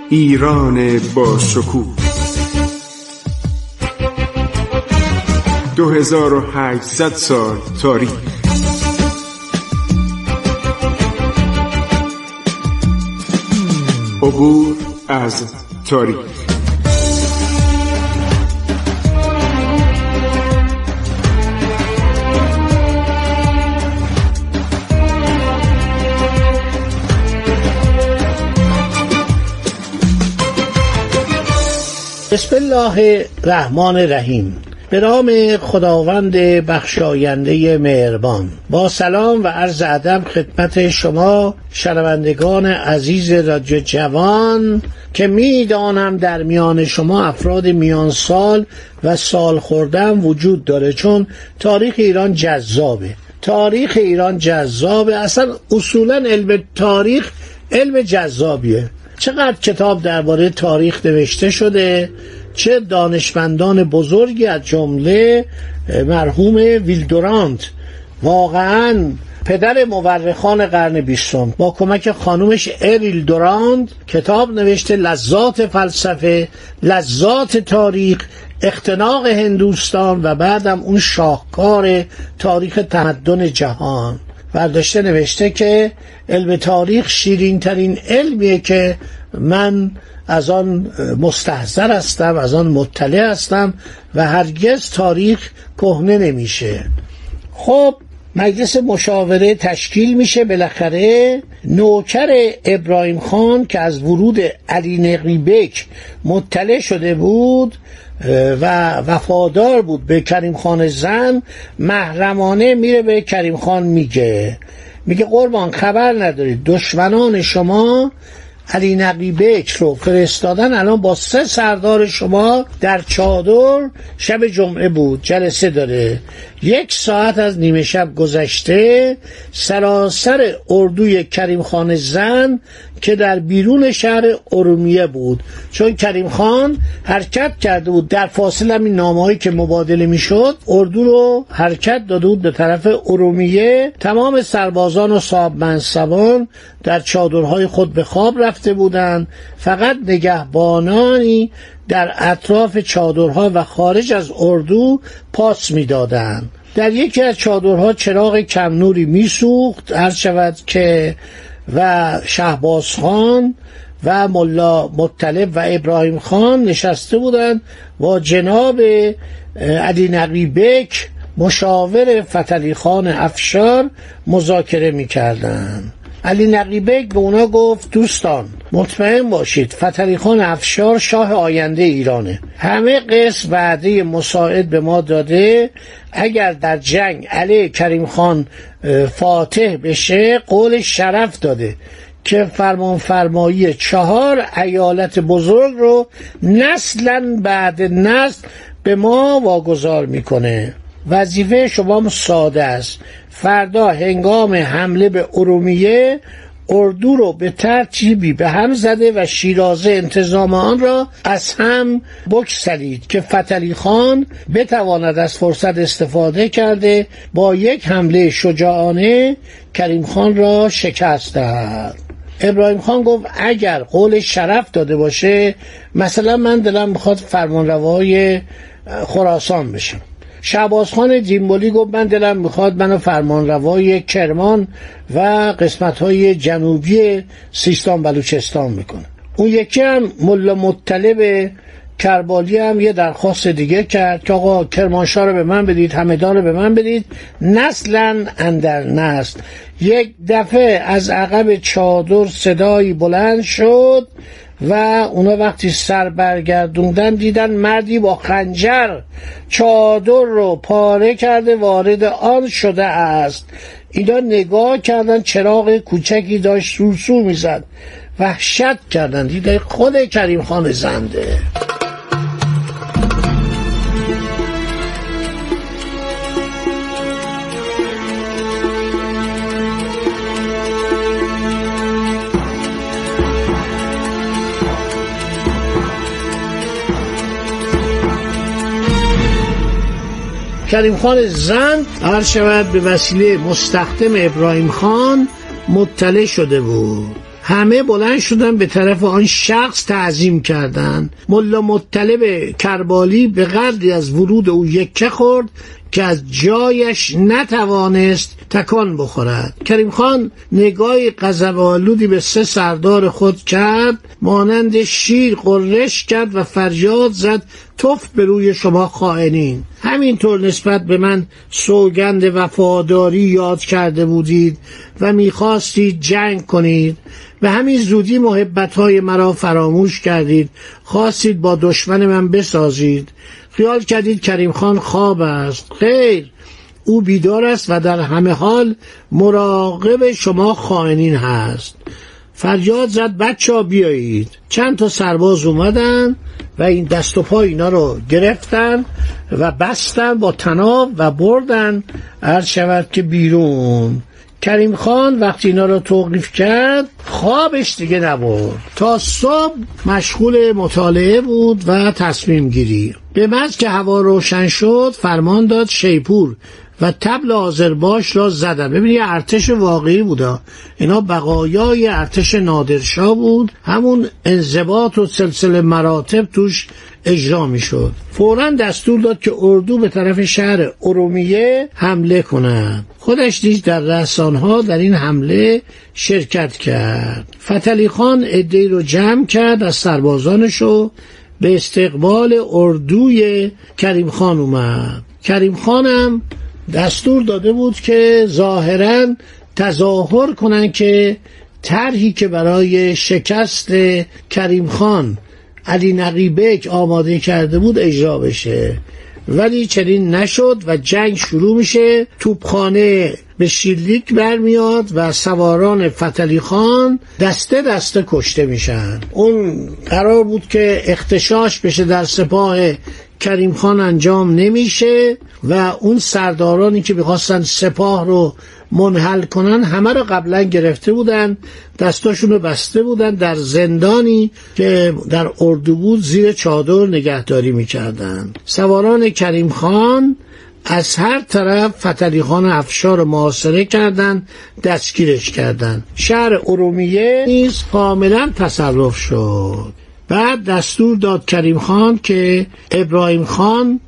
ایران با شکوه 2800 سال تاریخ. عبور از تاریخ. بسم الله الرحمن الرحیم. به نام خداوند بخشاینده مهربان. با سلام و عرض ادب خدمت شما شنوندگان عزیز رادیو جوان که میدانم در میان شما افراد میان سال و سال خوردن وجود داره، چون تاریخ ایران جذابه. تاریخ ایران جذابه، اصلا اصولا علم تاریخ علم جذابیه. چقدر کتاب درباره تاریخ نوشته شده، چه دانشمندان بزرگی از جمله مرحوم ویلدورانت، واقعا پدر مورخان قرن 20، با کمک خانومش اریل دورانت کتاب نوشته، لذات فلسفه، لذات تاریخ، اختناق هندوستان و بعدم اون شاهکار تاریخ تمدن جهان. برداشته نوشته که علم تاریخ شیرین ترین علمیه که من از آن مستحضر هستم، از آن مطلع هستم و هرگز تاریخ کهنه نمیشه. خب مجلس مشاوره تشکیل میشه. بالاخره نوکر ابراهیم خان که از ورود علی نقی بک مطلع شده بود و وفادار بود به کریم خان زند، محرمانه میره به کریم خان میگه قربان خبر ندارید دشمنان شما علی نقی بک رو فرستادن، الان با 3 سردار شما در چادر، شب جمعه بود جلسه داره، 1 ساعت از نیمه شب گذشته، سراسر اردوی کریم خان زند که در بیرون شهر ارومیه بود، چون کریم خان حرکت کرده بود، در فاصله همین نامه‌هایی که مبادله میشد اردو رو حرکت داده بود به طرف ارومیه. تمام سربازان و صاحب منصبان در چادرهای خود به خواب رفته بودند، فقط نگهبانانی در اطراف چادرها و خارج از اردو پاس میدادند. در یکی از چادرها چراغ کم نوری میسوخت، عرض شود که و شهباز خان و ملا مطلب و ابراهیم خان نشسته بودند با جناب علی نقی بک مشاور فتحعلی خان افشار مذاکره می‌کردند. علی نقی بک به اونا گفت دوستان مطمئن باشید فتحعلی خان افشار شاه آینده ایرانه، همه قسم وعده مساعد به ما داده، اگر در جنگ علیه کریم خان فاتح بشه قول شرف داده که فرمانفرمایی 4 ایالت بزرگ رو نسلا بعد نسل به ما واگذار میکنه. وظیفه شما ساده است، فردا هنگام حمله به ارومیه اردو رو به ترتیبی به هم زده و شیرازه انتظام آن را از هم بگسلید که فتحعلی خان بتواند از فرصت استفاده کرده با یک حمله شجاعانه کریم خان را شکست دهد. ابراهیم خان گفت اگر قول شرف داده باشه، مثلا من دلم میخواد فرمانروای خراسان بشم. شهباز خان دیمبولی گفت من دلم میخواد منو فرمانروای کرمان و قسمت‌های جنوبی سیستان بلوچستان میکنه. اون یکی هم ملا مطلب کربالی هم یه درخواست دیگه کرد که آقا کرمانشاه رو به من بدید، همدان رو به من بدید. نسلا اندر نسل یک دفعه از عقب چادر صدایی بلند شد و اونا وقتی سر برگردوندن دیدن مردی با خنجر چادر رو پاره کرده وارد آن شده است. اینا نگاه کردن، چراغ کوچکی داشت سو میزد، وحشت کردن، دیدن خود کریم خان زنده. کریم خان زند هر شود به وسیله مستخدم ابراهیم خان مطلع شده بود. همه بلند شدن به طرف آن شخص تعظیم کردند. ملا مطلب کربالی به قدری از ورود او یکه خورد که از جایش نتوانست تکان بخورد. کریم خان نگاهی غضب‌آلودی به 3 سردار خود کرد، مانند شیر غرش کرد و فریاد زد: توف به روی شما خائنین! همینطور نسبت به من سوگند وفاداری یاد کرده بودید و میخواستید جنگ کنید، به همین زودی محبت‌های مرا فراموش کردید، خواستید با دشمن من بسازید. خیال کردید کریم خان خواب است. خیر، او بیدار است و در همه حال مراقب شما خائنین هست. فریاد زد: بچه‌ها بیایید. چند تا سرباز اومدن و این دست و پای اینا رو گرفتن و بستن با طناب و بردن عرض شود که بیرون. کریم خان وقتی اینا رو توقیف کرد خوابش دیگه نبرد، تا صبح مشغول مطالعه بود و تصمیم گیری. به محض که هوا روشن شد فرمان داد شیپور و طبل آذرباش را زدن. ببینید ارتش واقعی بودا، اینا بقایای ارتش نادرشاه بود، همون انضباط و سلسله مراتب توش اجرا می شد. فوراً دستور داد که اردو به طرف شهر ارومیه حمله کنند. خودش نیز در رسانه‌ها در این حمله شرکت کرد. فتحعلی خان عده‌ای رو جمع کرد از سربازانشو به استقبال اردوی کریم خان اومد. کریم خانم دستور داده بود که ظاهراً تظاهر کنن که طرحی که برای شکست کریم خان علی نقیبک آماده کرده بود اجرا بشه، ولی چنین نشد و جنگ شروع میشه. توپخانه به شلیک برمیاد و سواران فتحعلی خان دسته دسته کشته میشن. اون قرار بود که اغتشاش بشه در سپاه کریم خان، انجام نمیشه و اون سردارانی که میخواستن سپاه رو منحل کنن همه رو قبلا گرفته بودن، دستاشون رو بسته بودن، در زندانی که در اردو بود زیر چادر نگهداری میکردن. سواران کریم خان از هر طرف فتحعلی خان افشار رو محاصره کردن، دستگیرش کردن. شهر ارومیه نیز کاملا تصرف شد. بعد دستور داد کریم خان که ابراهیم خان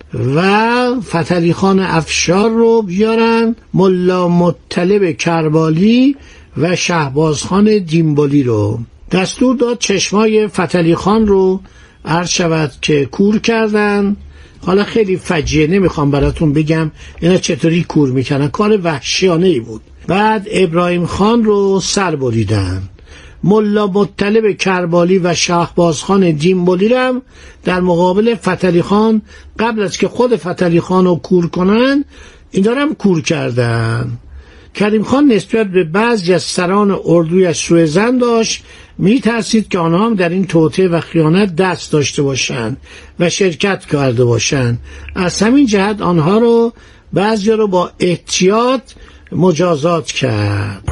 و فتحعلی خان افشار رو بیارن، ملا مطلب کربالی و شهباز خان دیمبولی رو. دستور داد چشمای فتحعلی خان رو عرض شود که کور کردن. حالا خیلی فجیعه، نمیخوام براتون بگم اینا چطوری کور میکنن، کار وحشیانه‌ای بود. بعد ابراهیم خان رو سر بریدن. ملا مطلب کربالی و شهباز خان دیمبولی رم در مقابل فتحعلی خان قبل از که خود فتحعلی خان رو کور کنن این دارم کور کردن. کریم خان نسبت به بعضی از سران اردویش سوء ظن داشت، میترسید که آنها هم در این توطئه و خیانت دست داشته باشند و شرکت کرده باشند. از همین جهت آنها رو بعضی رو با احتیاط مجازات کرد.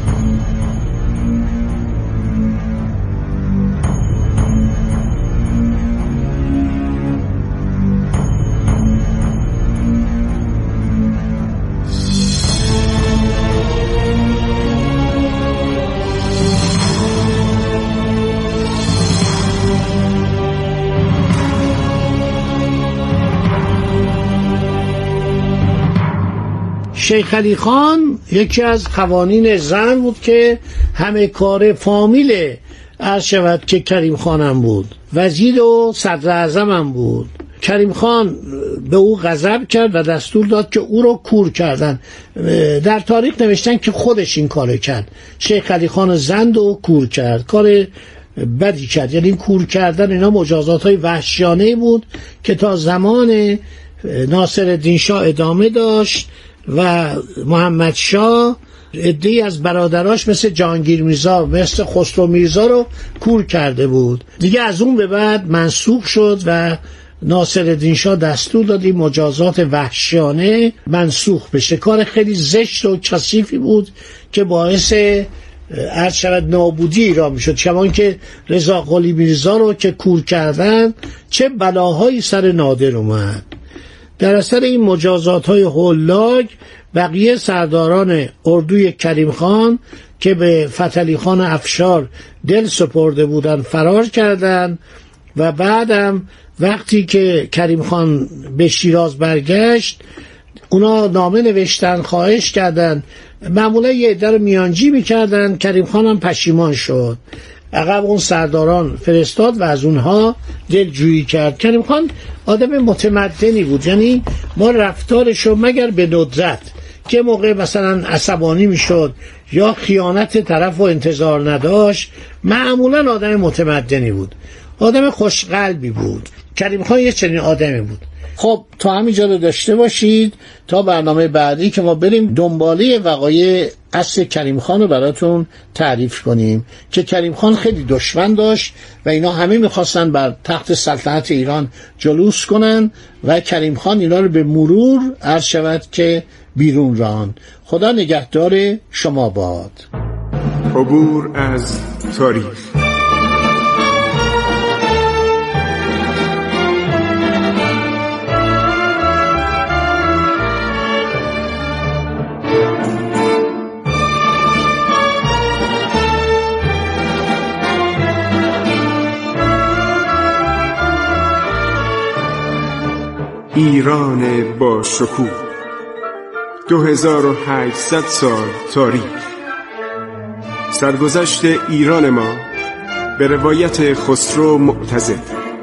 شیخ علی خان یکی از قوانین زن بود که همه کار فامیل عرض شود که کریم خانم بود، وزیر و صدر اعظم هم بود. کریم خان به او غضب کرد و دستور داد که او رو کور کردن. در تاریخ نوشتن که خودش این کار کرد، شیخ علی خان زند و کور کرد، کار بدی کرد. یعنی کور کردن اینا مجازات های وحشیانه بود که تا زمان ناصرالدین شاه ادامه داشت و محمد شاه عده‌ای از برادراش مثل جهانگیر میرزا، مثل خسرو میرزا رو کور کرده بود. دیگه از اون به بعد منسوخ شد و ناصرالدین شاه دستور داد این مجازات وحشیانه منسوخ بشه. کار خیلی زشت و کثیفی بود که باعث عرض شود نابودی ایران میشد. چون که رضا قلی میرزا رو که کور کردن چه بلاهایی سر نادر اومد. در اثر این مجازات های هولاک بقیه سرداران اردوی کریم خان که به فتحعلی خان افشار دل سپرده بودند فرار کردند و بعدم وقتی که کریم خان به شیراز برگشت اونا نامه نوشتن، خواهش کردن، معمولا یه عده رو میانجی میکردن. کریم خان هم پشیمان شد، عقب اون سرداران فرستاد و از اونها دلجویی کرد. کریم خان آدم متمدنی بود، یعنی ما رفتارشو مگر به ندرت که موقع مثلا عصبانی میشد یا خیانت طرف و انتظار نداشت، معمولا آدم متمدنی بود، آدم خوشقلبی بود. کریم خان یه چنین آدمی بود. خب تا همینجا رو داشته باشید تا برنامه بعدی که ما بریم دنباله وقایع قصر کریم خان رو براتون تعریف کنیم که کریم خان خیلی دشمن داشت و اینا همه میخواستن بر تخت سلطنت ایران جلوس کنن و کریم خان اینا رو به مرور عرض شود که بیرون راند. خدا نگهدار شما باد. عبور از تاریخ. ایران با شکوه 2800 سال تاریخ. سرگذشت ایران ما به روایت خسرو معتضد.